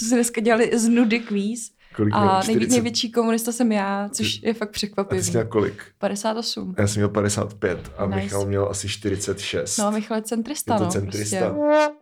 jsme si dneska dělali z nudy kvíz. Kolik a největší komunista jsem já, což je fakt překvapivý. A ty jsi měl kolik? 58. Já jsem měl 55 a nice. Michal měl asi 46. No, Michal je centrista, je to centrista. Prostě.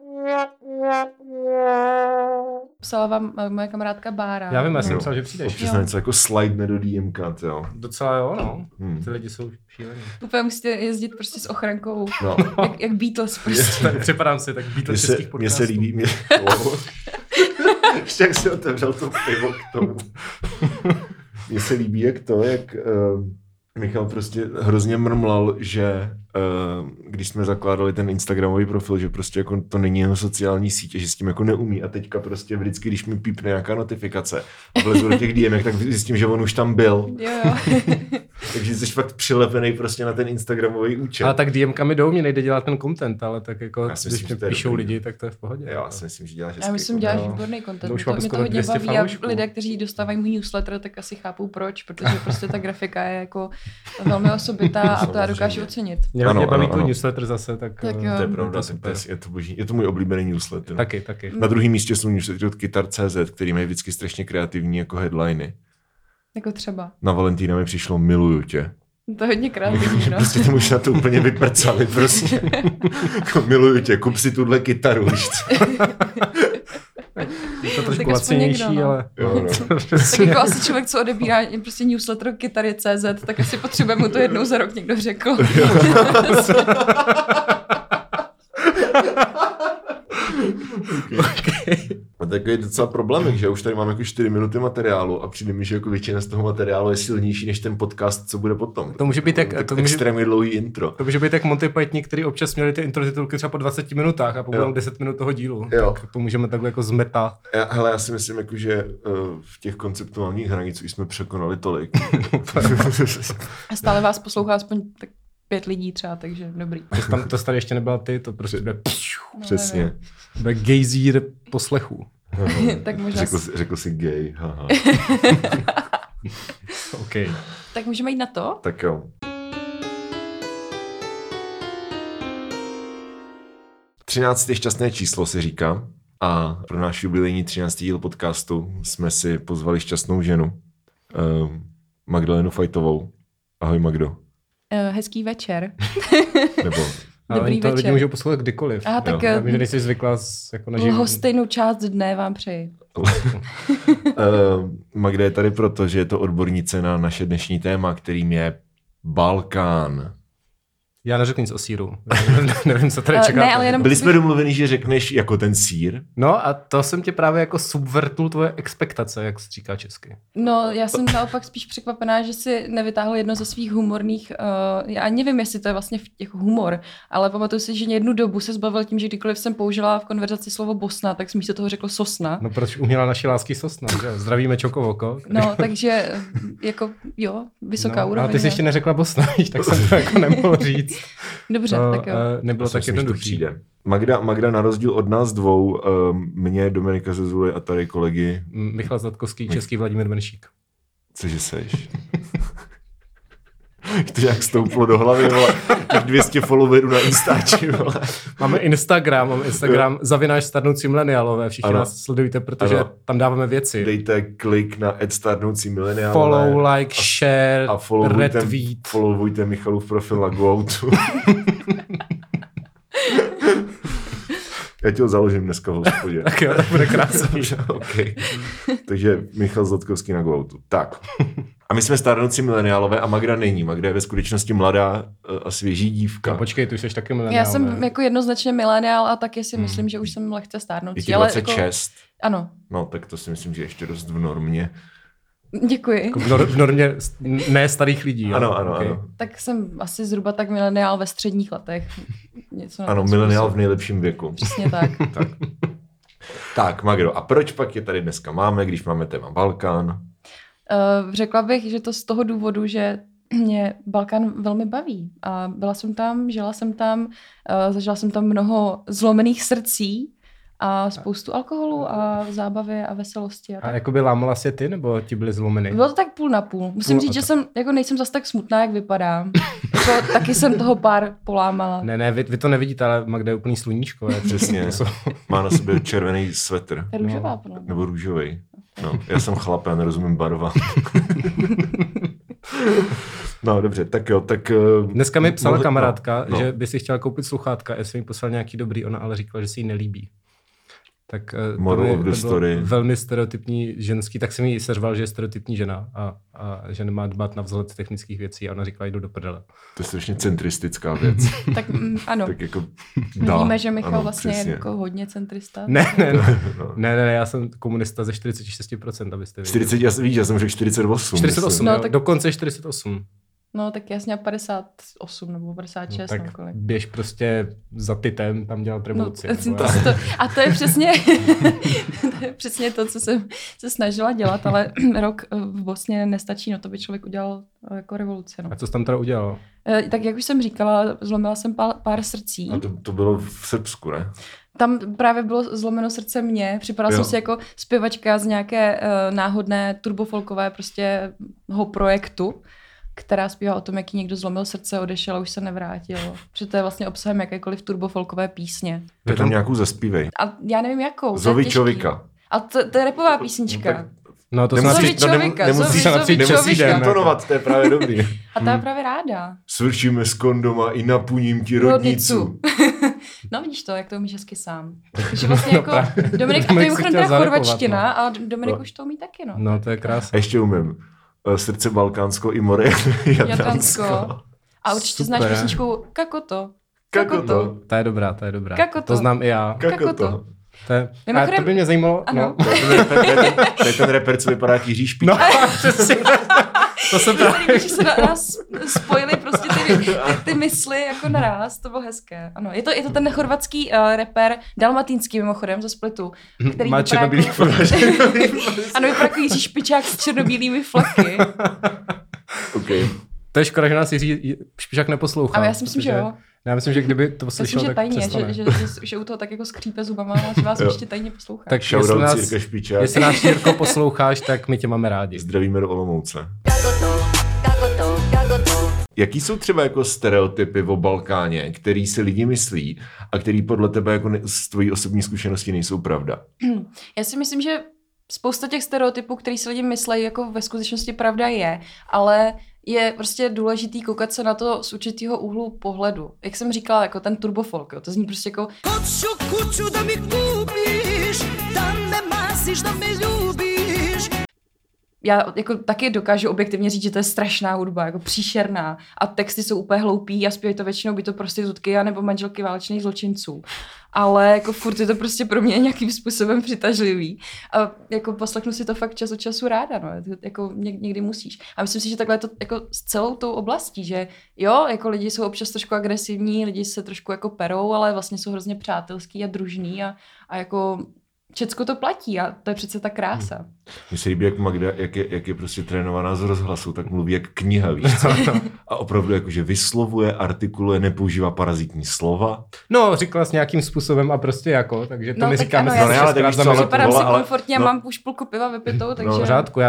Psala vám moje kamarádka Bára. Já vím, já jsem myslel, že přijdeš. Občas něco jako slide do DMK, jo. Docela jo, no. Ty lidi jsou šílení. Úplně musíte jezdit prostě s ochrankou. No. jak Beatles prostě. Tak připadám si, tak Beatles českých podcastů. Mně se líbí, ještě jak si otevřel to pivo k tomu. Mně se líbí, jak Michal prostě hrozně mrmlal, že když jsme zakládali ten instagramový profil, že prostě jako to není jenom sociální sítě, že s tím jako neumí a teďka prostě vždycky, když mi pípne nějaká notifikace a vlezu do těch DMek, tak zjistím, že on už tam byl. Jo. Takže jsi fakt přilepený prostě na ten instagramový účet. Ale tak DMkami jdou, mě nejde dělat ten content, ale tak jako, myslím, když mi píšou lidi, tak to je v pohodě. Jo, já si myslím, že děláš hezký. Já myslím, děláš výborný content. Mě to hodně baví a lidé, kteří dostávají můj newsletter, tak asi chápou proč, protože prostě ta grafika je jako velmi osobitá a to já dokážu ocenit. Mě baví tvůj newsletter zase, tak to je pravda, je to boží. Je to můj oblíbený newsletter. Taky. Na druhém místě jsou newslettery od Kytar.cz, který mají vždycky strašně kreativní jako headliny. Jako třeba. Na Valentína mi přišlo miluju tě. To je hodně kreativní, no. Prostě to už na to úplně vyprcali, prostě. Miluju tě, kup si tuhle kytaru, víš co? Je to trošku lacinější, no. Ale... Jo, no. Tak jako asi člověk, co odebírá prostě newsletter Kytary.cz, tak asi potřebuje mu to jednou za rok někdo řekl. Okay. A takový docela problém, že už tady máme jako 4 minuty materiálu a přijde mi, že jako většina z toho materiálu je silnější než ten podcast, co bude potom. To může být extrémně dlouhý intro. To může být jak Monty Pythoni, který občas měli ty intro titulky třeba po 20 minutách a potom 10 minut toho dílu. Jo. Tak to můžeme takhle jako zmetat. Já si myslím, jako, že v těch konceptuálních hranicích jsme překonali tolik. A stále vás poslouchá aspoň tak 5 lidí třeba, takže dobrý. To tady ještě nebyla ty, to prostě bude... Přesně. Bude gejzír poslechu. Tak možná... Řekl jsi gay, haha. OK. Tak můžeme jít na to? Tak jo. 13 je šťastné číslo, se říká. A pro náš jubilejní 13. díl podcastu jsme si pozvali šťastnou ženu. Magdalénu Fajtovou. Ahoj, Magdo. Hezký večer. Nebo... Dobrý večer. Lidi můžou poslouchat kdykoliv. Aha, tak já vím, že nejsi zvyklá jako na živý. Lhostejnou část dne vám přeji. Magda je tady proto, že je to odbornice na naše dnešní téma, kterým je Balkán. Já neřeknu nic o síru. Nevím, co tady čekáte. Byli jsme domluveni, že řekneš jako ten sír. No a to jsem tě právě jako subvertnul tvoje expektace, jak se říká česky. No, já jsem naopak spíš překvapená, že si nevytáhl jedno ze svých humorných, já nevím, jestli to je vlastně jako humor, ale pamatuju si, že jednu dobu se zbavil tím, že kdykoliv jsem použila v konverzaci slovo Bosna, tak jsem místo toho řekl Sosna. No, proč uměla naši lásky Sosna, že? Zdravíme Čokovoko. No, takže jako jo, vysoká úroveň. Ale ty jsi ještě neřekla Bosna, tak jsem to jako nemohl říct. Dobře, tak jo. Nebylo tak jednoduchý. Magda na rozdíl od nás dvou, mě, Dominika Zezuly a tady kolegy... Michal Zlatkovský, český Vladimír Benšík. Cože seš? To jak stouplo do hlavy, vole. 200 followerů na Instači, vole. Máme Instagram @ starnoucí mileniálové. Všichni nás sledujte, protože tam dáváme věci. Dejte klik na @starnoucí mileniálové. Follow, like, share, retweet. Followujte Michalův profil na GoOutu. Já ti ho založím dneska v hospodě. Tak jo, to bude krásný. Okay. Takže Michal Zlatkovský na GoOutu. Tak. A my jsme stárnoucí mileniálové a Magda není. Magda je ve skutečnosti mladá a svěží dívka. No, počkej, ty jsi taky mileniál. Já jsem jako jednoznačně mileniál a taky si myslím, že už jsem lehce stárnoucí. Je ti 26? Jako... Ano. No, tak to si myslím, že ještě dost v normě. Děkuji. Jako v normě ne starých lidí. Ano, okay. ano. Tak jsem asi zhruba tak mileniál ve středních letech. Něco ano, mileniál v nejlepším věku. Přesně tak. Tak, Magdo, a proč pak je tady dneska máme, když máme téma Balkán? Řekla bych, že to z toho důvodu, že mě Balkán velmi baví. A byla jsem tam, žila jsem tam, zažila jsem tam mnoho zlomených srdcí a spoustu alkoholu a zábavy a veselosti. A jakoby lámala jsi ty, nebo ti byly zlomeny? Bylo to tak půl na půl. Musím říct, že jsem, jako nejsem zas tak smutná, jak vypadám. jako taky jsem toho pár polámala. Ne, vy to nevidíte, ale Magda je úplný sluníčko. Přesně. Má na sobě červený svetr. Je růžová, podle mě. Nebo růžový. No, já jsem chlap, já nerozumím barva. No, dobře, tak jo, tak... Dneska mi psala kamarádka, že by si chtěla koupit sluchátka, já jsem jí poslal nějaký dobrý, ona ale říkala, že si jí nelíbí. Tak to bylo velmi stereotypní ženský, tak jsem jí seřval, že je stereotypní žena a že nemá dbát na vzhled technických věcí a ona říkala, jdu do prdele. To je strašně centristická věc. Tak ano. Tak jako vidíme, že Michal vlastně je jako hodně centrista. Ne, já jsem komunista ze 46%, abyste věděli. 40, víš, já jsem řekl 48. 48, no, tak... dokonce 48. No, tak jasně 58 nebo 56. No, tak nebo kolik. běž prostě za Titem, tam dělat revoluci. A to je přesně to, co jsem se snažila dělat, ale rok v Bosně nestačí, no to by člověk udělal jako revoluci. No. A co jsi tam teda udělal? Tak jak už jsem říkala, zlomila jsem pár srdcí. A to bylo v Srbsku, ne? Tam právě bylo zlomeno srdce mě. Připadala jsem si jako zpěvačka z nějaké náhodné turbofolkové prostě projektu, která zpívá o tom, jak jí někdo zlomil srdce, odešel a už se nevrátil. Protože to je vlastně obsahem jakékoliv turbofolkové písně. Je tam nějakou zaspívej. A já nevím jakou. Zovi Čovika. A to je rapová písnička. No to nemusíš intonovat, to je právě dobrý. A ta je právě ráda. Svršíme z kondoma i napuním ti rodnicu. No vidíš to, jak to umíš hezky sám. Takže vlastně jako Dominik, a to je mimochodem teda chorvačtina a Dominik už to umí taky, no. No to je krásné. Ještě umím. Srdce balkánsko i more Jadransko. A určitě znáš písničku Kako to. Ta je dobrá. Kako to znám i já. Kako to. To by mě zajímalo. Ano. No. To je ten rapper, co vypadá jak Jiří Špík. No, přesně. To se právě... Že se nás spojili prostě ty mysli jako naraz, to bylo hezké. Ano, je to ten chorvatský rapper, dalmatínský mimochodem ze Splitu, který má černobílý flaky. Ano, vypadá jako Jiří Špičák s černobílými flaky. Okay. To je škoda, že nás Jiří Špičák neposlouchá. Ale já si myslím, že jo. Já myslím, že kdyby to slyšel, tak tajně, přestane. že u toho tak jako skřípe zubama, ale vás ještě tajně poslouchá. Tak jestli nás Jirko posloucháš, tak my tě máme rádi. Zdravíme do Olomouce. Jaký jsou třeba jako stereotypy o Balkáně, který si lidi myslí a který podle tebe jako z tvojí osobní zkušenosti nejsou pravda? Já si myslím, že spousta těch stereotypů, který si lidi myslejí, jako ve skutečnosti pravda je, ale je prostě důležitý koukat se na to z určitého úhlu pohledu. Jak jsem říkala, jako ten turbofolk, jo, to zní prostě jako já jako taky dokážu objektivně říct, že to je strašná hudba, jako příšerná a texty jsou úplně hloupý a zpívají to většinou by to prostitutky a nebo manželky válečných zločinců. Ale jako furt je to prostě pro mě nějakým způsobem přitažlivý. A jako poslechnu si to fakt čas od času ráda, no. Jako někdy musíš. A myslím si, že takhle je to jako s celou tou oblastí, že jo, jako lidi jsou občas trošku agresivní, lidi se trošku jako perou, ale vlastně jsou hrozně přátelský a družní a jako všecko to platí a to je přece ta krása. Mně se líbí, jak Magda, jak je prostě trénovaná z rozhlasu, tak mluví jak kniha, víš co? A opravdu jakože vyslovuje, artikuluje, nepoužívá parazitní slova. No, říkala jsi nějakým způsobem a prostě jako, takže to my říkáme. Připadám si komfortně a mám už půlku piva vypitou, takže... No, v řádku,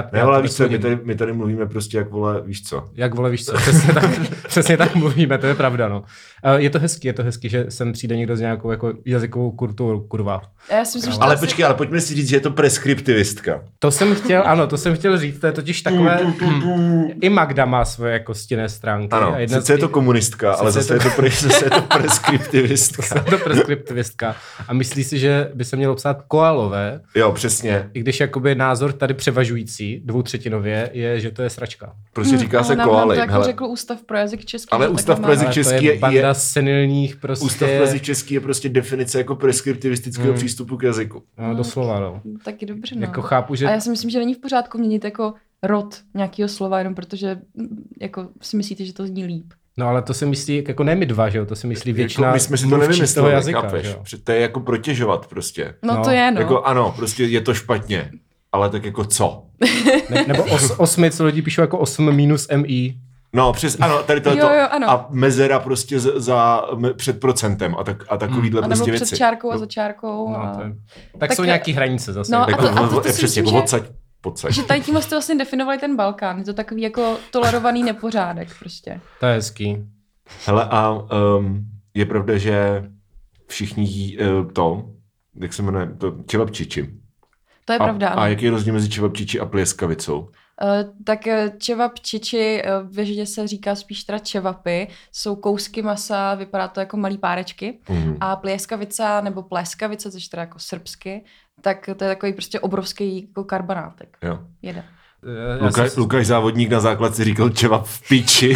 my tady mluvíme prostě jak vole, víš co? Jak vole, víš co? Přesně tak mluvíme, to je pravda, no. Je to hezky, že sem přijde někdo s nějakou jako jazykovou kulturou, kurva. Já si myslím, ale počkej, ale pojďme si říct, že je to preskriptivistka. To jsem chtěl říct, to je totiž takové... I Magda má svoje jako stinné stránky. Ano, sice je to komunistka, ale zase je to preskriptivistka. Zase je to preskriptivistka. A myslí si, že by se mělo psát koalové. Jo, přesně. I když jakoby názor tady převažující, 2/3 je, že to je sračka. Prostě říká se koaly. To jako řekl Ústav pro jazyk český. Ale Ústav pro jazyk český je banda senilních prostě... Ústav pro jazyk český je prostě definice jako preskriptivistického přístupu k jazyku. No, doslova, no. Taky dobře, no. Jako chápu, že... A já si myslím, že není v pořádku měnit jako rod nějakého slova, jenom protože jako si myslíte, že to zní líp. No ale to se myslí, jako ne my dva, že jo, to se myslí většina jako my jsme si to nevymysleli, jazyka, chápeš? To je jako protěžovat prostě. No to je, no. Jako ano, prostě je to špatně, ale tak jako co? Nebo osmi, co lidi píšou jako 8 minus MI. No, ano, tady to. Ano. A mezera prostě před procentem a takovýhle prostě věci. A nebo před čárkou a za čárkou. No, tak jsou nějaký hranice zase. No, jako přesně, jako odsaď. Že tady tím jste vlastně definovali ten Balkán. Je to takový jako tolerovaný nepořádek prostě. To je hezký. Hele, a je pravda, že všichni jí jak se jmenuje, to čevapčiči. To je pravda, ano. A jaký je rozdíl mezi čevapčiči a plěskavicou? Tak čevapčiči, běžně se říká spíš teda čevapy, jsou kousky masa, vypadá to jako malý párečky. A plieskavica nebo pleskavice, což teda jako srbsky, tak to je takový prostě obrovský jako karbonátek. Jo. Jede. Lukáš závodník na základce říkal čevap v piči.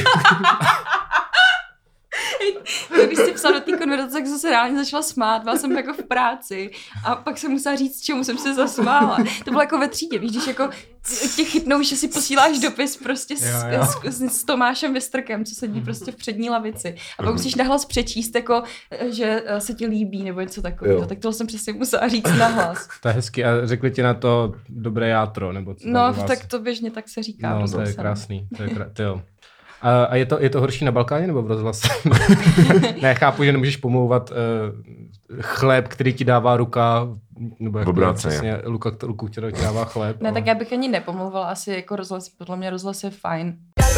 Když jsi psal do té konverzace, tak jsem se reálně začala smát, byla jsem jako v práci a pak jsem musela říct, čemu jsem se zasmála. To bylo jako ve třídě, víš, když jako tě chytnou, že si posíláš dopis prostě s Tomášem Vystrkem, co sedí prostě v přední lavici. A pak musíš nahlas přečíst, jako, že se ti líbí nebo něco takového. Tak tohle jsem přesně musela říct nahlas. To je hezky. A řekli ti na to dobré játro? Nebo co no, tak to běžně tak se říká. No, to je krásný. To a je to horší na Balkáně nebo v rozhlase? Ne, chápu, že nemůžeš pomlouvat chléb, který ti dává ruka, nebo jak přesně, Luku ti dává chléb. Ne, tak já bych ani nepomlouvala, asi jako rozhlas, podle mě rozhlas je fajn.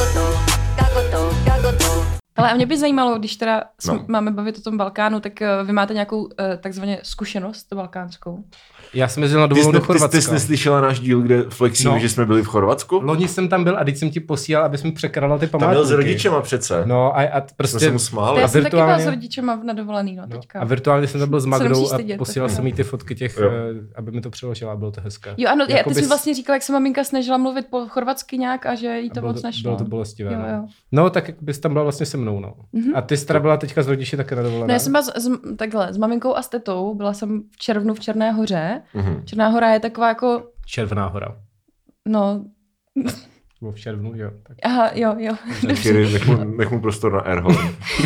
Ale a mě by zajímalo, když teda máme bavit o tom Balkánu, tak vy máte nějakou takzvaně zkušenost balkánskou? Já jsem jezdil na dovolenou do Chorvatska. Ty jsi neslyšela náš díl, kde flexíme, že jsme byli v Chorvatsku? Loni jsem tam byl a teď jsem ti posílal, aby jsme překradla ty památky. Tam byl s rodičema přece. No a prostě... Jsme se mu smáli. Já jsem taky byla s rodičema na dovolený, teďka. A virtuálně jsem tam byl s Magdou a posílal jsem jí ty fotky těch, aby mi to přeložila a bylo to hezké. Jo, ano, ty jsi vlastně říkala, jak se maminka snažila mluvit po chorvatsky nějak a že jí to moc nešlo. Bylo to bolestivé. Jo. No, tak bys tam byla vlastně se mnou, no. A ty jsi teda byla teďka s rodiči také na dovolené? No, já jsem byla s maminkou a s tetou, byla jsem v červnu v Černé Hoře. Černá Hora je taková jako... Červená hora. No. Bylo v červnu, jo. Tak. Aha, jo. Nech mu prostor na Airhorn.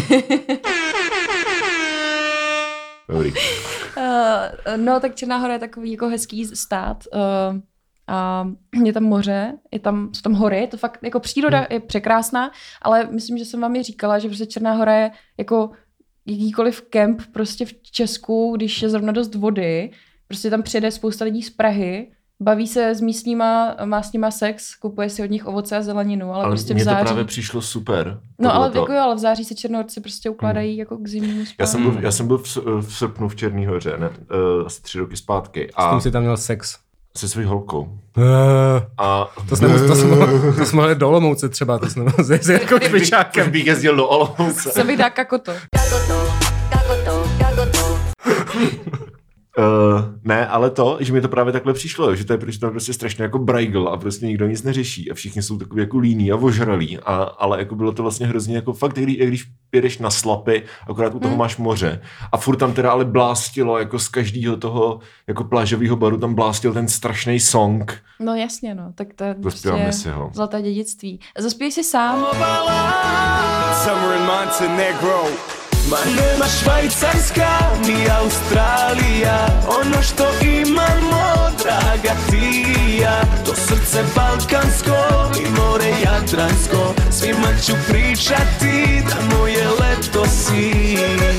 Dobrý. No, tak Černá Hora je takový jako hezký stát. A je tam moře, jsou tam hory, to fakt jako příroda je překrásná, ale myslím, že jsem vám i říkala, že prostě Černá Hora je jako jakýkoliv kemp prostě v Česku, když je zrovna dost vody, prostě tam přijede spousta lidí z Prahy, baví se s místníma, má s nima sex, kupuje si od nich ovoce a zeleninu, ale prostě v září... mně to právě přišlo super. No ale jako ale v září se Černohorci prostě ukládají jako k zimnímu spánku. Já jsem byl v srpnu v Černý Hoře, asi 3 roky zpátky. S tím jsi tam měl sex? Se svou holkou. A to jsme mohli do Olomouce třeba, to jsme mohli s Jirkou Špičákem. Už bych jezdil do Olomouce. Se vydá kakoto. Ne, ale že mi to právě takhle přišlo, že to je prostě strašně jako brajgl a prostě nikdo nic neřeší a všichni jsou takový jako líní a ožralí, ale jako bylo to vlastně hrozně jako fakt, když jedeš na Slapy, akorát u toho máš moře a furt tam teda ale blástilo jako z každého toho jako plážového baru tam blástil ten strašný song. No jasně, no, tak to je prostě zlaté dědictví. Zaspěj si sám. Summer in Montenegro. Ma nema Švajcarska ni Australija, ono što imamo, draga ti i ja, to srce balkansko i more Jadransko, svima ću pričati da moje leto si.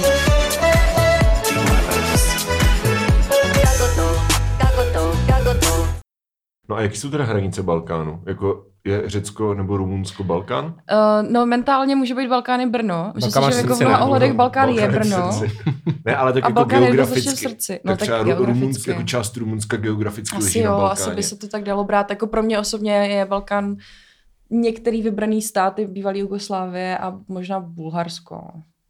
No a jaký jsou teda hranice Balkánu? Jako je Řecko nebo Rumunsko Balkán? No mentálně může být Balkán i Brno. Že si, že jako v mnoha ohledech Balkán je Brno. Ne, ale tak a jako Balkán geograficky. Je v srdci. No, tak třeba Rumunsko, jako část Rumunska geograficky leží na Balkáně. Asi by se to tak dalo brát. Jako pro mě osobně je Balkán některý vybraný státy bývalé Jugoslávie a možná Bulharsko.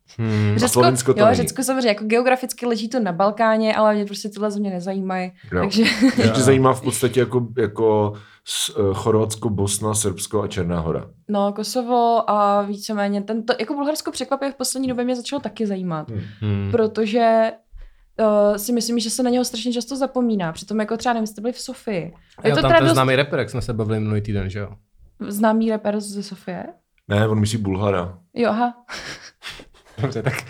Řecko samozřejmě, jako geograficky leží to na Balkáně, ale mě prostě tyhle země nezajímají. Takže... Mě zajímá v podstatě jako Chorvatsko, Bosna, Srbsko a Černá Hora. No, Kosovo a víceméně jako Bulharsko překvapivě v poslední době mě začalo taky zajímat, protože si myslím, že se na něho strašně často zapomíná. Přitom jako třeba nevím, jste byli v Sofii. Je to tam ten známý rapper, jak jsme se bavili minulý týden, že jo? Známý rapper ze Sofie? Ne, on myslí Bulhara. Jo, aha. Dobře, tak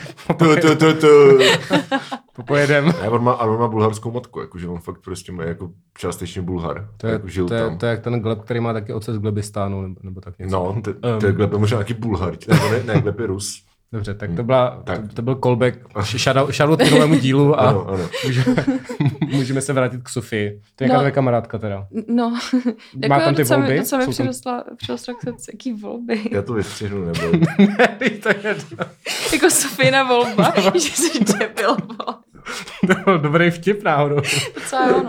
pojedem. Ne, on má bulharskou matku, jakože on fakt prostě má jako částečně Bulhar. To je jak ten Gleb, který má taky otec z Glebistánu, nebo tak něco. No, to je Gleb, možná nějaký Bulhar. Ne, Gleb je Rus. Dobře, tak to byl callback, shoutout k novému dílu a ano. můžeme se vrátit k Sofii. To je nějaká kamarádka teda. No. Má tam ty volby? To, co mi přirostla k srdci, jaký volby. Já to vystřihnu, nebo... To je jedno. Jako Sofína volba, že jsi debil. To byl dobrý vtip náhodou. Co je ono?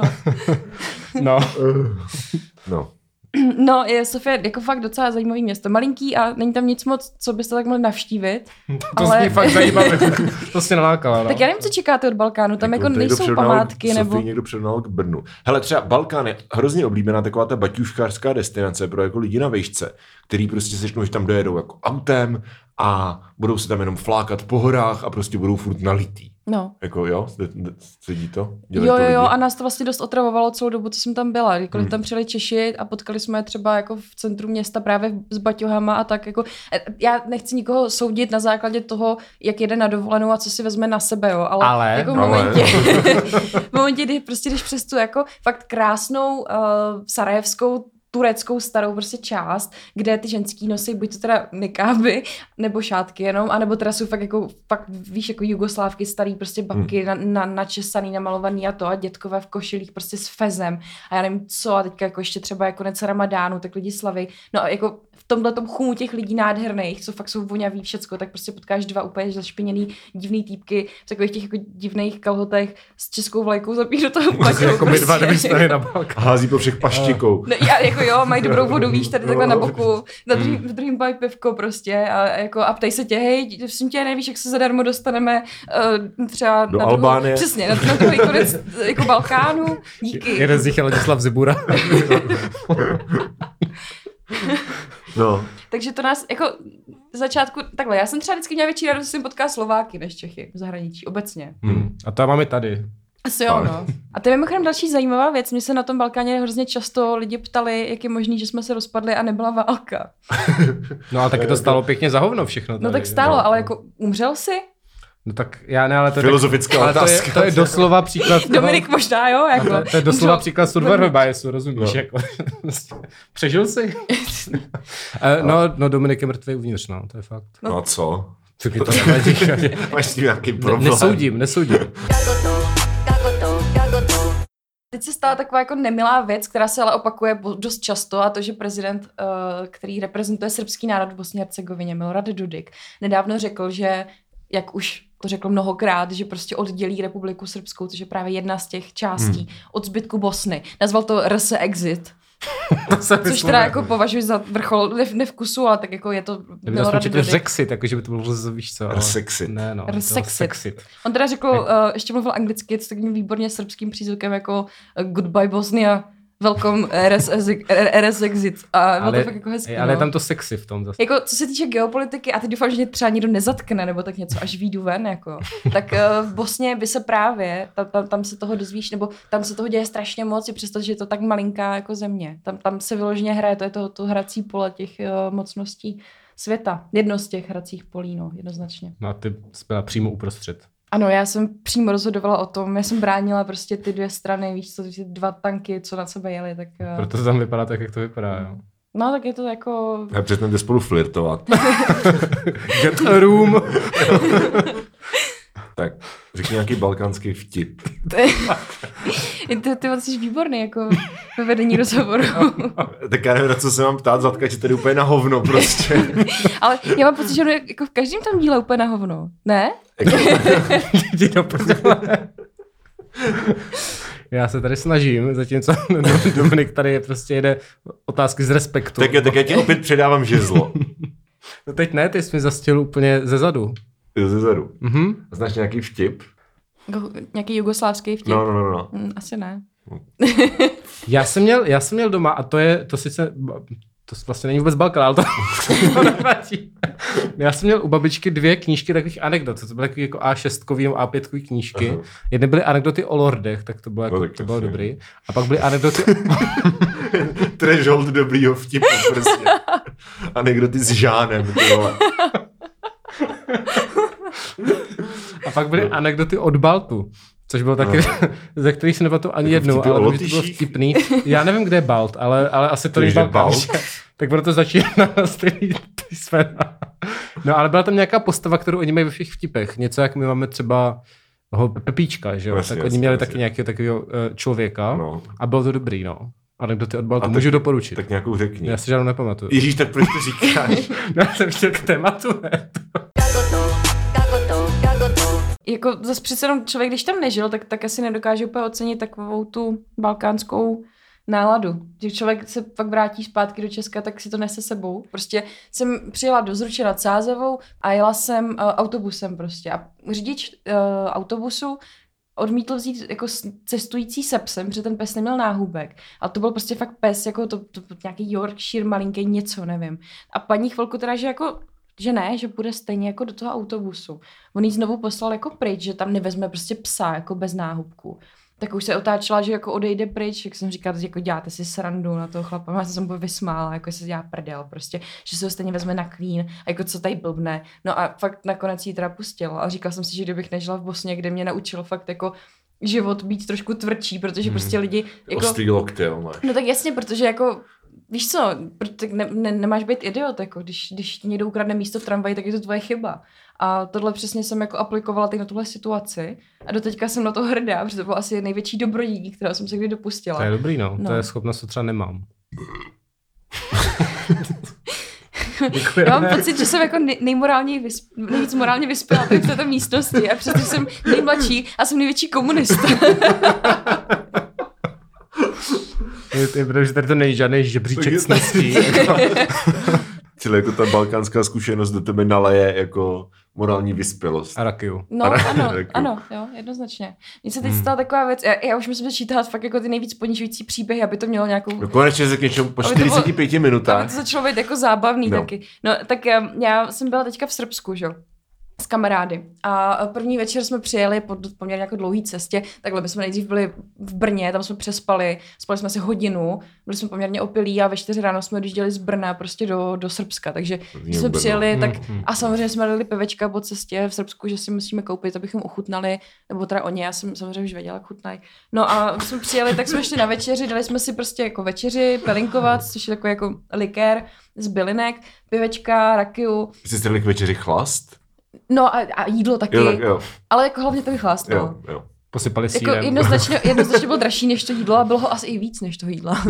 No. No, je Sofie jako fakt docela zajímavý město. Malinký a není tam nic moc, co byste tak mohli navštívit. To zní fakt zajímavé. To si nalákala. No. Tak já nevím, co čekáte od Balkánu. Tam jako nejsou památky nebo... Sofii někdo přirovnal k Brnu. Hele, třeba Balkán je hrozně oblíbená taková ta baťuškářská destinace pro jako lidi na vejšce, který prostě se řeknou, že tam dojedou jako autem a budou se tam jenom flákat po horách a prostě budou furt nalitý. No. Jako jo, sedí to? Jo, a nás to vlastně dost otravovalo celou dobu, co jsem tam byla. Když tam přijeli Češi a potkali jsme je třeba jako v centru města právě s baťohama a tak jako... Já nechci nikoho soudit na základě toho, jak jede na dovolenou a co si vezme na sebe, jo. Ale jako v momentě, kdy prostě jdeš přes tu jako fakt krásnou sarajevskou tureckou starou prostě část, kde ty ženský nosí buď to teda nikáby, nebo šátky jenom, anebo teda jsou fakt víš, jako jugoslávky starý prostě babky načesaný, namalovaný a to a dětkové v košilích prostě s fezem a já nevím co a teďka jako ještě třeba jako konec ramadánu, tak lidi slaví. No a jako v tomhletom chumu těch lidí nádherných, co fakt jsou voňaví všecko, tak prostě potkáš dva úplně zašpiněný divný týpky v takových těch jako divných kalhotech s českou vlajkou zapíš do toho plaku. Jako my dva jdeme na balkán. Hází po všech paštikou. No, jako jo, mají dobrou vodu, víš, tady takhle na boku, na druhým mají pivko prostě a ptej se tě, hej, prosím tě, nevíš, jak se zadarmo dostaneme třeba do Albánie. Přesně, na druhý konec jako Balkánu, díky. Jeden z nich je Ladislav Zibura. No. Takže to nás jako z začátku, takhle, já jsem třeba vždycky měla větší radost, že jsem potkala Slováky než Čechy v zahraničí, obecně. A to máme tady. Asi jo, no. A to je mimochodem další zajímavá věc. Mě se na tom Balkáně hrozně často lidi ptali, jak je možný, že jsme se rozpadli a nebyla válka. No a taky to stálo pěkně za hovno všechno. Tady. No tak stálo, ale jako umřel jsi? No tak já ne, ale to je filozofická otázka. To je doslova příklad. Dominik možná, jo? Jako, to je doslova příklad survivor biasu, rozumíš? No. Jako, přežil jsi? No Dominik je mrtvý uvnitř, no, to je fakt. No a co? Máš s tím nějaký problém? Nesoudím. Teď se stala taková jako nemilá věc, která se ale opakuje dost často a to, že prezident, který reprezentuje srbský národ v Bosně a Hercegovině, Milorad Dodik, nedávno řekl, že jak už to řekl mnohokrát, že prostě oddělí Republiku Srbskou, což je právě jedna z těch částí od zbytku Bosny. Nazval to RS Exit. Což teda jako považuji za vrchol nevkusu, ale tak jako je to Milorad Dodik. Řexit, jakože by to bylo víš co. Rsexit. Ne, no. Rsexit. On teda řekl, ještě mluvil anglicky, je to takovým výborně srbským přízvukem jako goodbye Bosnia, welcome RS Exit. A bylo to fakt jako hezky. Ale je tam to sexy v tom zase. Jako co se týče geopolitiky, a teď doufám, že mě třeba někdo nezatkne, nebo tak něco, až výjdu ven, jako. Tak v Bosně by se právě, tam se toho dozvíš, nebo tam se toho děje strašně moc, i přestože je to tak malinká jako země. Tam se vyloženě hraje, to je to hrací pole těch mocností světa. Jedno z těch hracích polí, no, jednoznačně. No a ty jsi byla přímo uprostřed. Ano, já jsem přímo rozhodovala o tom, já jsem bránila prostě ty dvě strany, víš co, ty dva tanky, co na sebe jeli, tak... Proto to tam vypadá tak, jak to vypadá, jo. No, tak je to jako... A přesně spolu flirtovat. Get a room. Tak, řekni nějaký balkánský vtip. Ty jsi výborný, jako ve vedení rozhovoru. Tak já nevím, na co se mám ptát, Zlatka, že tady úplně na hovno prostě. Ale já mám pocit, že jako v každém tam díle úplně na hovno, ne? Já se tady snažím, zatímco Dominik tady prostě jede otázky z respektu. Tak já ti opět předávám žezlo. No teď ne, ty jsi mi zastil úplně ze zadu. Ze zadu. Znáš nějaký vtip? Nějaký jugoslávský vtip? No. Asi ne. Já jsem měl doma a to sice... To vlastně není vůbec Balkán, ale to nevadí. Já jsem měl u babičky 2 knížky takových anekdot. To byly takové jako A6-kový nebo A5-kový knížky. Aha. Jedny byly anekdoty o lordech, tak to bylo, jako, to bylo dobrý. A pak byly anekdoty... Threshold dobrýho vtipu prostě. Anekdoty s Žánem. A pak byly anekdoty od Baltu. Což bylo taky, ze kterých jsem nepamatuji ani jednu, ale to bylo vtipný. Já nevím, kde je Balt, ale asi to není Balkán. Tak proto začíná stejný sféra. No ale byla tam nějaká postava, kterou oni mají ve všech vtipech. Něco, jak my máme třeba Pepíčka, že jo? Jasně, tak oni měli taky nějakého takového člověka a bylo to dobrý, no. Anekdoty od Baltu můžu doporučit. Tak nějakou řekni. Já si žádnou nepamatuju. Ježíš, tak proč to říkáš? Já jsem chtěl k tématu, ne? Jako zase přece jenom člověk, když tam nežil, tak asi nedokáže úplně ocenit takovou tu balkánskou náladu. Když člověk se pak vrátí zpátky do Česka, tak si to nese sebou. Prostě jsem přijela do Zruče nad Sázavou a jela jsem autobusem prostě. A řidič autobusu odmítl vzít jako cestující se psem, protože ten pes neměl náhubek. A to byl prostě fakt pes, jako to nějaký Yorkshire malinký něco, nevím. A paní chvilku teda, že ne, že bude stejně jako do toho autobusu. On jí znovu poslal jako pryč, že tam nevezme prostě psa jako bez náhubku. Tak už se otáčela, že jako odejde pryč, jak jsem říkala, jako děláte si srandu na toho chlapa. Já jsem se vysmála, jako se dělá prdel prostě, že se ho stejně vezme na klín a jako co tady blbne. No a fakt nakonec jí teda pustil a říkala jsem si, že kdybych nežila v Bosně, kde mě naučil fakt jako život být trošku tvrdší, protože prostě lidi jako... Ostrý loktel máš. No tak jasně, protože jako víš co, nemáš být idiot, jako když někdo ukradne místo v tramvaji, tak je to tvoje chyba. A tohle přesně jsem jako aplikovala teď na tuhle situaci a doteďka jsem na to hrdá, protože to bylo asi největší dobrodíní, kterého jsem se kdy dopustila. To je dobrý, no. To je schopnost, co třeba nemám. Já mám pocit, že jsem jako nejvíc morálně vyspělá v této místnosti a přestože jsem nejmladší a jsem největší komunista. Je protože tady to není žádný žebříček cností. Čili jako ta balkánská zkušenost do tebe naleje jako morální vyspělost. A rakiu. No, ano, jo, jednoznačně. Mně se teď stala taková věc, já už musím začítat fakt jako ty nejvíc ponižující příběhy, aby to mělo nějakou... No konečně se k něčemu po 45 minutách. Aby to začalo být jako zábavný taky. No, tak já jsem byla teďka v Srbsku, že jo, s kamarády. A první večer jsme přijeli po poměrně jako dlouhý cestě, takhle my jsme nejdřív byli v Brně, tam jsme přespali, spali jsme asi hodinu, byli jsme poměrně opilí a ve 4 ráno jsme odjížděli z Brna prostě do Srbska, takže když jsme přijeli, tak a samozřejmě jsme dali pivečka po cestě v Srbsku, že si musíme koupit, abychom ochutnali, nebo teda oni, já jsem samozřejmě už věděla, jak chutnají. No a jsme přijeli, tak jsme šli na večeři, dali jsme si prostě jako večeři, pelinkovat, což je takový jako likér z bylinek, pivečka, rakiu. Jste dali k večeři chlast? No a jídlo taky, jo. Ale jako hlavně ten chlast, no. Jo. Posypali jako sýrem. Jednoznačně byl dražší než to jídlo a bylo ho asi i víc než to jídla.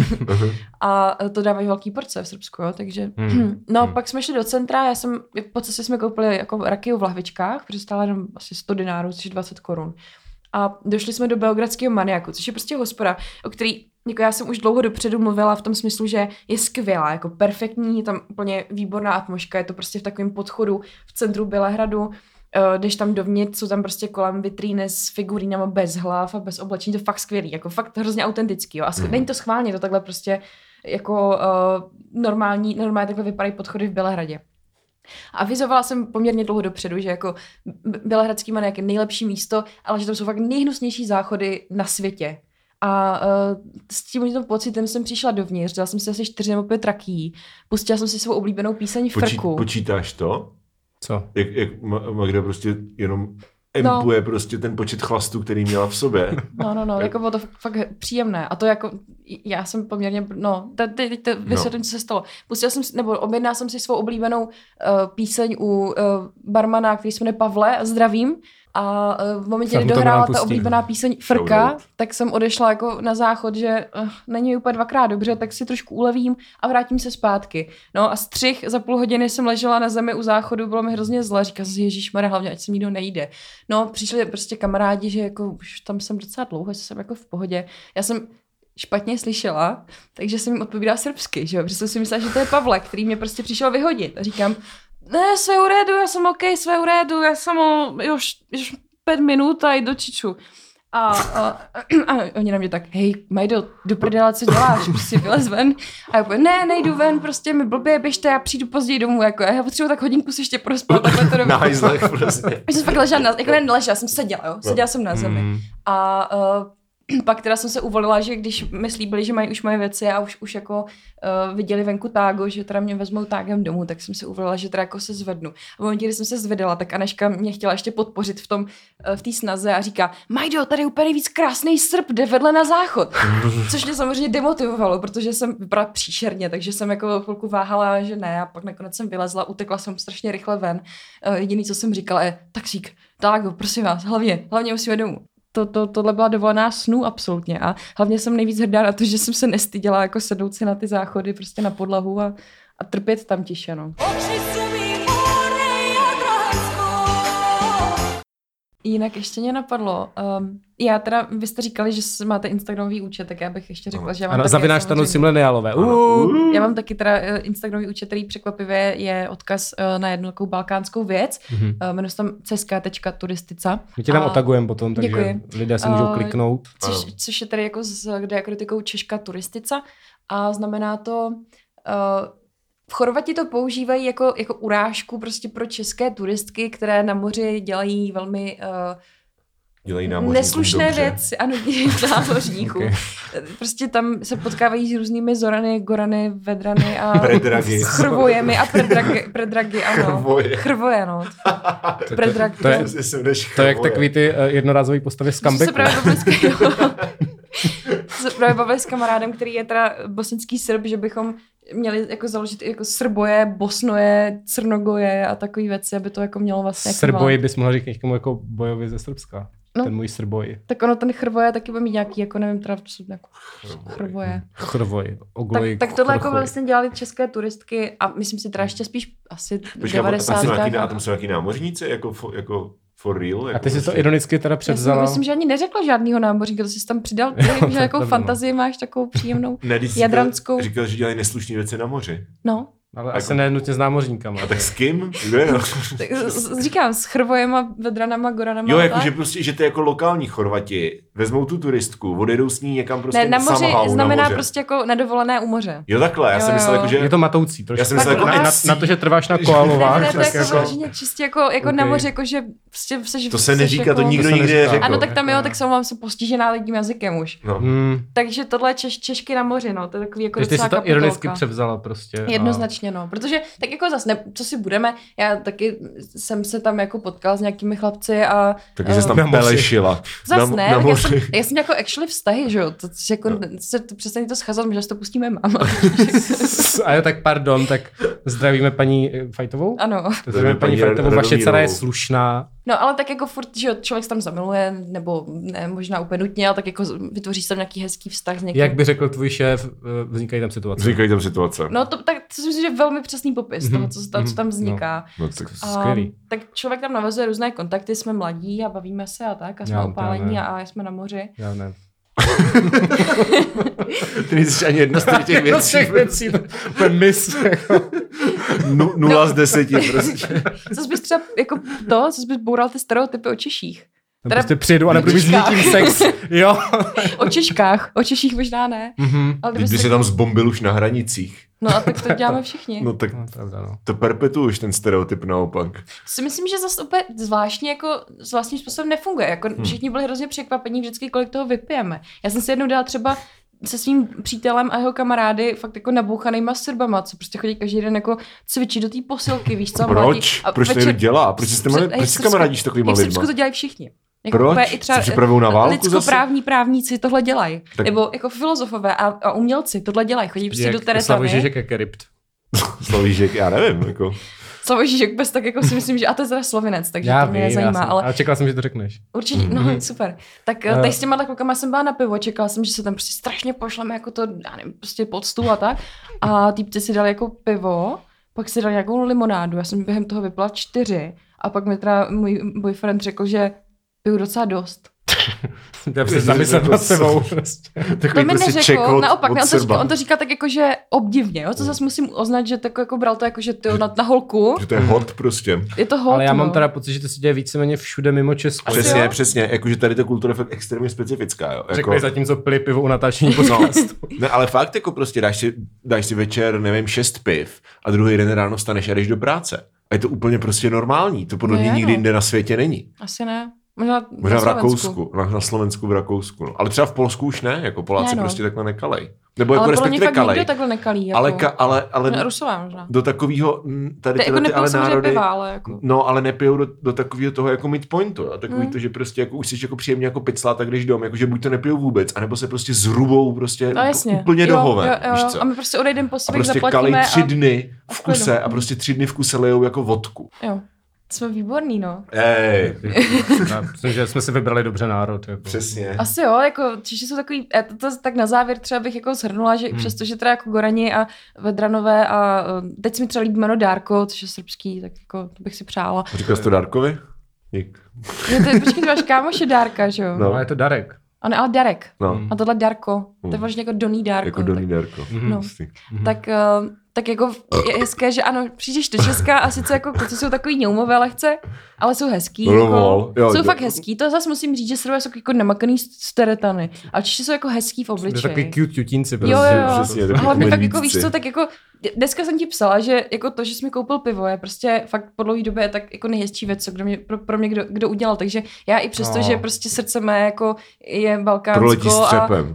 A to dávají velký porce v Srbsku, jo, takže... Pak jsme šli do centra, po cestě jsme koupili jako rakiu v lahvičkách, protože stála jenom asi 100 dinárů, což je 20 korun. A došli jsme do Beogradského maniaku, což je prostě hospoda, o který jako já jsem už dlouho dopředu mluvila v tom smyslu, že je skvělá, jako perfektní, je tam úplně výborná atmosféra, je to prostě v takovém podchodu v centru Bělehradu, jdeš tam dovnitř, jsou tam prostě kolem vitríny s figurínama bez hlav a bez oblečení, to je fakt skvělý, jako fakt hrozně autentický, jo. A není to schválně, to takhle prostě jako normálně takhle vypadají podchody v Bělehradě. A avizovala jsem poměrně dlouho dopředu, že jako Bělehradský maniak je nejlepší místo, ale že tam jsou fakt nejhnusnější záchody na světě. A s tímto pocitem jsem přišla dovnitř, dala jsem si asi 4 nebo 5 rakií, pustila jsem si svou oblíbenou píseň Frku. Počítáš to? Co? Jak Magda prostě jenom empuje prostě ten počet chlastů, který měla v sobě. No, jako bylo to fakt příjemné. A to jako, já jsem poměrně, teď vysvětlím, co se stalo. Objednala jsem si svou oblíbenou píseň u barmana, který se jmenuje Pavle, zdravím. A v momentě, kdy dohrála ta oblíbená píseň Frka, tak jsem odešla jako na záchod, že není úplně 2krát dobře, tak si trošku ulevím a vrátím se zpátky. No a střih za půl hodiny jsem ležela na zemi u záchodu, bylo mi hrozně zle, říkala jsem si, ježišmarja, hlavně ať se nikdo nejde. No, přišli prostě kamarádi, že jako už tam jsem docela dlouho, že jsem jako v pohodě. Já jsem špatně slyšela, takže jsem jim odpovídala srbsky, že jo, protože jsem si myslela, že to je Pavle, který mě prostě přišel vyhodit. A říkám, ne, sve u redu, já jsem OK, sve u redu, já samo još 5 minut a jdu do čiču. A oni na mě tak, hej, Majdo, do prdela, co děláš, prostě vylez ven. A já povím, ne, nejdu ven, prostě mi blbě, běžte, já přijdu později domů, jako já potřebuji tak hodinku si ještě prospat. Na hajzlech prostě. Já jsem fakt ležela, jako neležela, jsem seděla, jo, seděla jsem na zemi. A pak teda jsem se uvolila, že když mi slíbili, že mají už moje věci a už jako viděli venku tágo, že teda mě vezmou tágem domů, tak jsem se uvolila, že teda jako se zvednu. A v momentě, kdy jsem se zvedala, tak Anežka mě chtěla ještě podpořit v té snaze a říká, Majdo, tady je úplně nejvíc krásný srp, jde vedle na záchod. Což mě samozřejmě demotivovalo, protože jsem vypadala příšerně, takže jsem jako chvilku váhala, že ne, a pak nakonec jsem vylezla, utekla jsem strašně rychle ven. Jediný, co jsem říkala, je taxík, tágo, prosím vás, hlavně musíme domů. Tohle byla dovolená snů absolutně a hlavně jsem nejvíc hrdá na to, že jsem se nestyděla jako sednout si na ty záchody prostě na podlahu a trpět tam tiše, no. Jinak ještě mě napadlo, já teda, vy jste říkali, že máte Instagramový účet, tak já bych ještě řekla, že já mám taky... Zavináš Tanuci mileniálové. Já mám taky teda Instagramový účet, který překvapivě je odkaz na jednu takovou balkánskou věc. Jmenuje se tam ceska.turistica. My tě tam otagujeme potom, takže děkuji. Lidé se můžou kliknout. Což je tady jako s diakritikou Češka turistica a znamená to... V Chorvati to používají jako urážku prostě pro české turistky, které na moři dělají velmi neslušné dobře. věci. Ano, námořníků. Okay. Prostě tam se potkávají s různými zorany, gorany, vedrany a chrvojemi a predragy, ano. Chrvoje, no. Predragy. To je jak takový ty jednorázový postavy z comebacku. Se právě bavili s kamarádem, který je teda bosenský Srb, že bychom měli jako založit jako Srboje, Bosnoje, Crnogoje a takové věci, aby to jako mělo vlastně... Srboji bys mohla říct někomu jako bojovi ze Srbska. No, ten můj Srboj. Tak ono ten Chrvoje taky bude mít nějaký, jako nevím, teda jako Chrvoje. Chrvoj. Tak tohle jako vlastně dělali české turistky a myslím si teda ještě spíš asi 90. A tam jsou nějaký námořníci jako for real? A ty jsi to ironicky teda převzala? Já myslím, že ani neřekla žádnýho námořníka, to jsi tam přidal, že jakou fantazii máš takovou příjemnou jadranskou. Říkal, že dělají neslušné věci na moři. No. Ale asi nenutně s námořníkama. A tak s kým? Kde? Říkám, s Chrvojema, vedranama, goranama. Jo, jako, že prostě, že ty jako lokální Chorvati vezmou tu turistku, odejdou s ní někam prostě na moři znamená na moře. Prostě jako na dovolené u moře. Jo, takhle, já jsem myslel, jako, že... Je to matoucí trošku. Já jsem myslel, jako na to, že trváš na koalovách. Ne, to je jako čistě jako okay. Na moře, jako že prostě to se neříká, jako, to nikdo nikdy neřekl. Ano, tak tam jo, tak jsem se postižená lidním jazykem už. No. Takže tohle je Češky na moři, no, to je takový jako docela kapitolka. Ty jsi to ironicky převzala prostě. Jednoznačně, no, protože tak jako zase, co si budeme, já taky jsem se tam jako potkala s nějakými chlapci a... Takže jsi tam pelešila. Zase ne, já jsem jako actually vztahy, že jo, to jako přestaň to schazat, že si to pustíme máma. A jo, tak pardon, tak zdravíme paní Fajtovou? Ano. Zdravíme paní Fajtovou, vaše dcera je slušná. No ale tak jako furt, že člověk se tam zamiluje, nebo ne, možná úplně nutně, ale tak jako vytvoří se tam nějaký hezký vztah s někým. Jak by řekl tvůj šéf, vznikají tam situace? No to si myslím, že je velmi přesný popis toho, co tam vzniká. No tak skvělý. Tak člověk tam navazuje různé kontakty, jsme mladí a bavíme se a tak a jsme opálení a jsme na moři. Já ne. Ty nejsi ani jedna z těch věcí. Ten mis. 0 z 10 prostě. Co bys třeba jako co bys boural ty stereotypy o Češích? Teda prostě přijedu a nebudu mít s někým sex. Jo. O Češích možná ne. Ale kdyby se tam zbombil už na hranicích. No a tak to děláme všichni. No tak to perpetuuješ ten stereotyp naopak. Si myslím, že zase úplně zvláštně jako zvláštním způsobem nefunguje. Jako všichni byli hrozně překvapení vždycky, kolik toho vypijeme. Já jsem si jednou dala třeba se svým přítelem a jeho kamarády fakt jako nabouchanýma Srbama, co prostě chodí každý den jako cvičit do té posilky, víš co? Proč? Proč to někdo dělá? Proč si kamarádíš s takovýma lidma? V Srbsku to dělají všichni. Jako proč? I třeba lidskoprávní právníci tohle dělají. Tak... Nebo jako filozofové a umělci tohle dělají. Chodí prostě do Teretany. Slavoj Žižek jak je rypt. Slavoj Žižek, já nevím. Jako. Slavoj Žižek bez tak jako si myslím, že a to je teda Slovinec, takže já to mě nezajímá. Ale čekala jsem, že to řekneš. Určitě, no super. Tak tady s těma klukama jsem byla na pivo, čekala jsem, že se tam prostě strašně pošleme jako to, já nevím, prostě pod stůl a tak. A týpci si dali jako pivo, pak si dali nějakou limonádu, já jsem během toho vypila 4 a pak mi teda můj boyfriend řekl, že piju docela dost. Já bych se zamyslet nad sebou. To mi neřekl, naopak, on to říká tak jako, že obdivně, jo? To zase musím oznat, že tak jako bral to jako, že to na holku. Že to je hot prostě. Je to hot, ale já mám teda pocit, že to se děje víceméně všude mimo Česko. Přesně, jakože tady ta kultura je fakt extrémně specifická, jo. Řekli zatímco pili pivo u natáčení podcastu. Ne, ale fakt jako prostě dáš si večer, nevím, 6 piv a druhý den ráno vstaneš a jdeš do práce. A je to úplně prostě normální. To podle mě nikdy jinde na světě není. Asi ne. Možná v Rakousku, na Slovensku, v Rakousku. No. Ale třeba v Polsku už ne, jako Poláci prostě takhle nekalej. Nebo jako respektive kalej. Ale takhle nekalý. Jako... Ale Rusové možná. Do takového, tady tyhle jako ale národy, piva, ale jako... no ale nepijou do takového toho jako midpointu. A takový to, že prostě jako už jsi jako příjemně jako piclát, tak když dom, jakože buď to nepijou vůbec, anebo se prostě zrubou prostě úplně do hoven. Víš co? A my prostě odejdeme po sobě, prostě zaplatíme. A 3 dny v kuse a prostě 3 dny v kuse lejou jako vodku. Jo. Jsme výborný, no. Myslím, že jsme si vybrali dobře národ. Jako. Přesně. Asi jo, jako Češi jsou takový, tak na závěr třeba bych jako shrnula, že přestože teda jako Gorani a Vedranové a teď se mi třeba líbí jméno Dárko, což je srbský, tak jako to bych si přála. Říkal jsi to Dárkovi? Dík. Počkej, ty máš kámoše Dárka, že jo? No, je to Darek. Ale Darek. No. A tohle Darko. To je vlastně jako Doný Dárko. Jako Doný Dárko. No. Tak jako je hezké, že ano, přijdeš do Česka a sice jako kluci jsou takový ňoumové lehce, ale jsou hezký. Jsou fakt hezký. To zase musím říct, že Srbové jsou jako namakaný steretany. A Češi jsou jako hezký v obličeji. To takový cute tutínci. Prostě. Jo. Přesně, a hlavně fakt jako víš co, tak jako dneska jsem ti psala, že jako to, že jsi mi koupil pivo, je prostě fakt po dlouhé době tak jako nejhezčí věc, co pro mě kdo udělal. Takže já i přesto, že prostě srdce mé jako je balkánsko. Proletí střepem.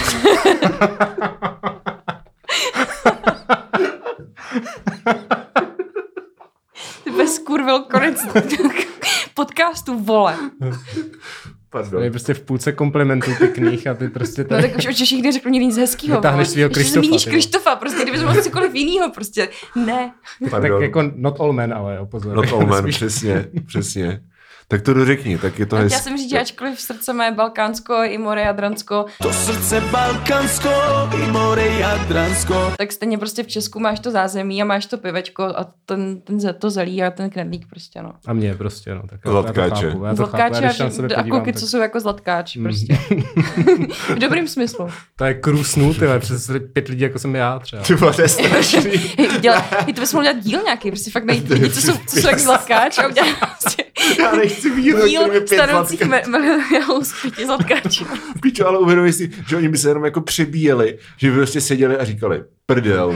Ty bez kurvil konec podcastu, vole. Pardon. Je prostě v půlce komplimentů pěkných a ty prostě... No tak už o Češích neřekl nic hezkýho. Vytáhneš svýho Krištofa. Zmíníš Krištofa, prostě kdybys mohl cokoliv jinýho, prostě ne. Tak jako not all men, ale jo, pozor. Not all men, přesně. Tak to dořekni, tak je to hezké. Já jsem říct, že ačkoliv srdce mé Balkánsko i more Jadransko. To srdce Balkánsko i more Jadransko. Tak stejně prostě v Česku máš to zázemí a máš to pivečko a to zelí a ten knedlík prostě, no. A mě prostě, no. Tak zlatkáče. Zlatkáče a kluky, co jsou jako zlatkáči prostě. V dobrým smyslu. To je krůsnů, tyhle, přes 5 lidí, jako jsem já třeba. Ty vole, to je strašný. To bys mohl dělat díl nějaký, prostě fakt najít lidi, co jsou jak zlatkáči a udělat prostě já nechci díl staroucích milionů z 5 zlatkáčů. Pičo, ale uvědomuji si, že oni by se jenom jako přebíjeli, že by prostě seděli a říkali prdel,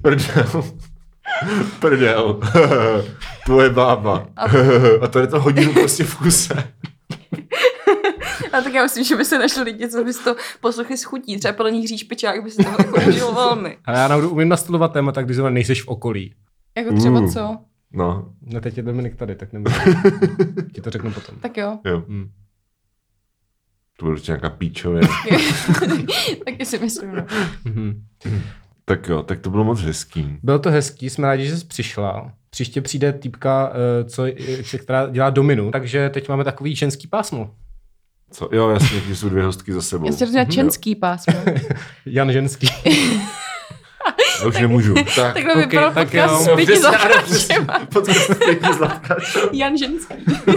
tvoje bába. A to je to hodinu prostě v kuse. A tak já myslím, že by se našli lidi, co by si to poslouchli s chutí. Třeba podle nich Říš Pičák by si to jako užil velmi. Ale já náhodou umím nastudovat témata, když zrovna nejseš v okolí. Jako třeba co? No teď je Dominik tady, tak nemůžu. Ti to řeknu potom. Tak jo. To bude určitě nějaká píčově. Taky si myslím, no. Tak jo, tak to bylo moc hezký. Bylo to hezký, jsme rádi, že jsi přišla. Příště přijde týpka, která dělá dominu, takže teď máme takový ženský pásmo. Co? Jo, jasně, že jsou 2 hostky za sebou. Já si říkám ženský pásmo. Jan Ženský. Já už nemůžu. Tak to vypadal podcast s 5 zlatkáčema. Podcast s 5 zlatkáčema. Jan Ženský.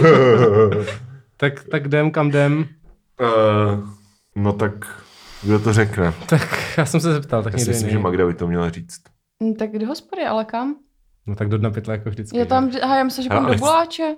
tak jdem, kam jdem? No tak, kdo to řekne? Tak já jsem se zeptal, tak já si myslím, že Magda by to měla říct. Tak do hospody, ale kam? No tak do Dna pytle jako vždycky. Já myslím, že půjdu do Buláče.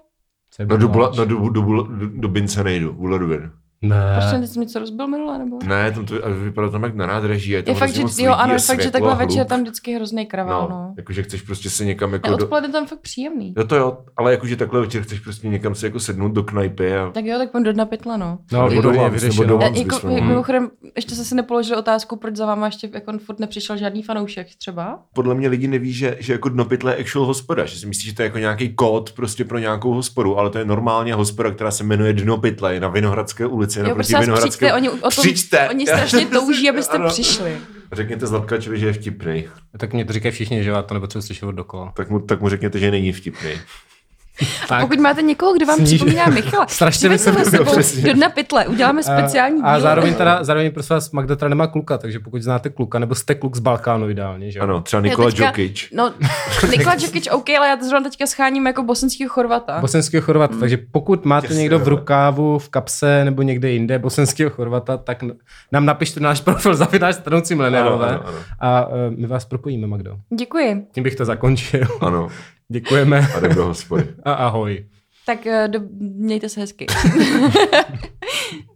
Do Bince nejdu, u Ledovin. Ne. Prostě ty jsi mi co rozbil minule, nebo? Ne, tam to vypadá tam jak na nádraží. Je fakt, že takhle večer je tam vždycky hrozný kravál, no. Jakože chceš prostě se někam jako... Odpoledne tam fakt příjemný. Jo to jo, ale jakože takhle večer chceš prostě někam se jako sednout do knajpy a... Tak jo, tak půjdu do Dna pytle, no. No, mimochodem, ještě se si nepoložil otázku, proč za váma ještě jako furt nepřišel žádný fanoušek třeba? Podle mě lidi neví, že jako Dno pytle je actual hospoda, že si myslí, že to je jako nějaký kód prostě pro nějakou hospodu, ale to je normálně hospoda, která se jmenuje Dno pytle na Vinohradské ulici, naproti Vinohradské. Oni strašně touží, abyste přišli. Řekněte Zlatkačovi, že je vtipnej. Tak mě to říkají všichni, že já to nepotřebuji slyšet dokola. Tak mu řekněte, že není vtipnej. Pokud máte někoho, kdo vám připomíná Michala, strašně se do Dna pytle, uděláme speciální díl. A zároveň prosím vás, Magda teda nemá kluka, takže pokud znáte kluka, nebo jste kluk z Balkánu ideálně, že? Ano, třeba Nikola Djokic. No, Nikola Djokic, OK, ale já to zrovna teďka scháním jako bosenského Chorvata. Takže pokud máte někdo v rukávu, v kapse nebo někde jinde bosenského Chorvata, tak nám napište náš profil @, stanoucí mileniálové a my vás propojíme, Magdo. Děkuji. Tím bych to zakončil. Ano. Děkujeme. A jdem do hospody. A ahoj. Tak mějte se hezky.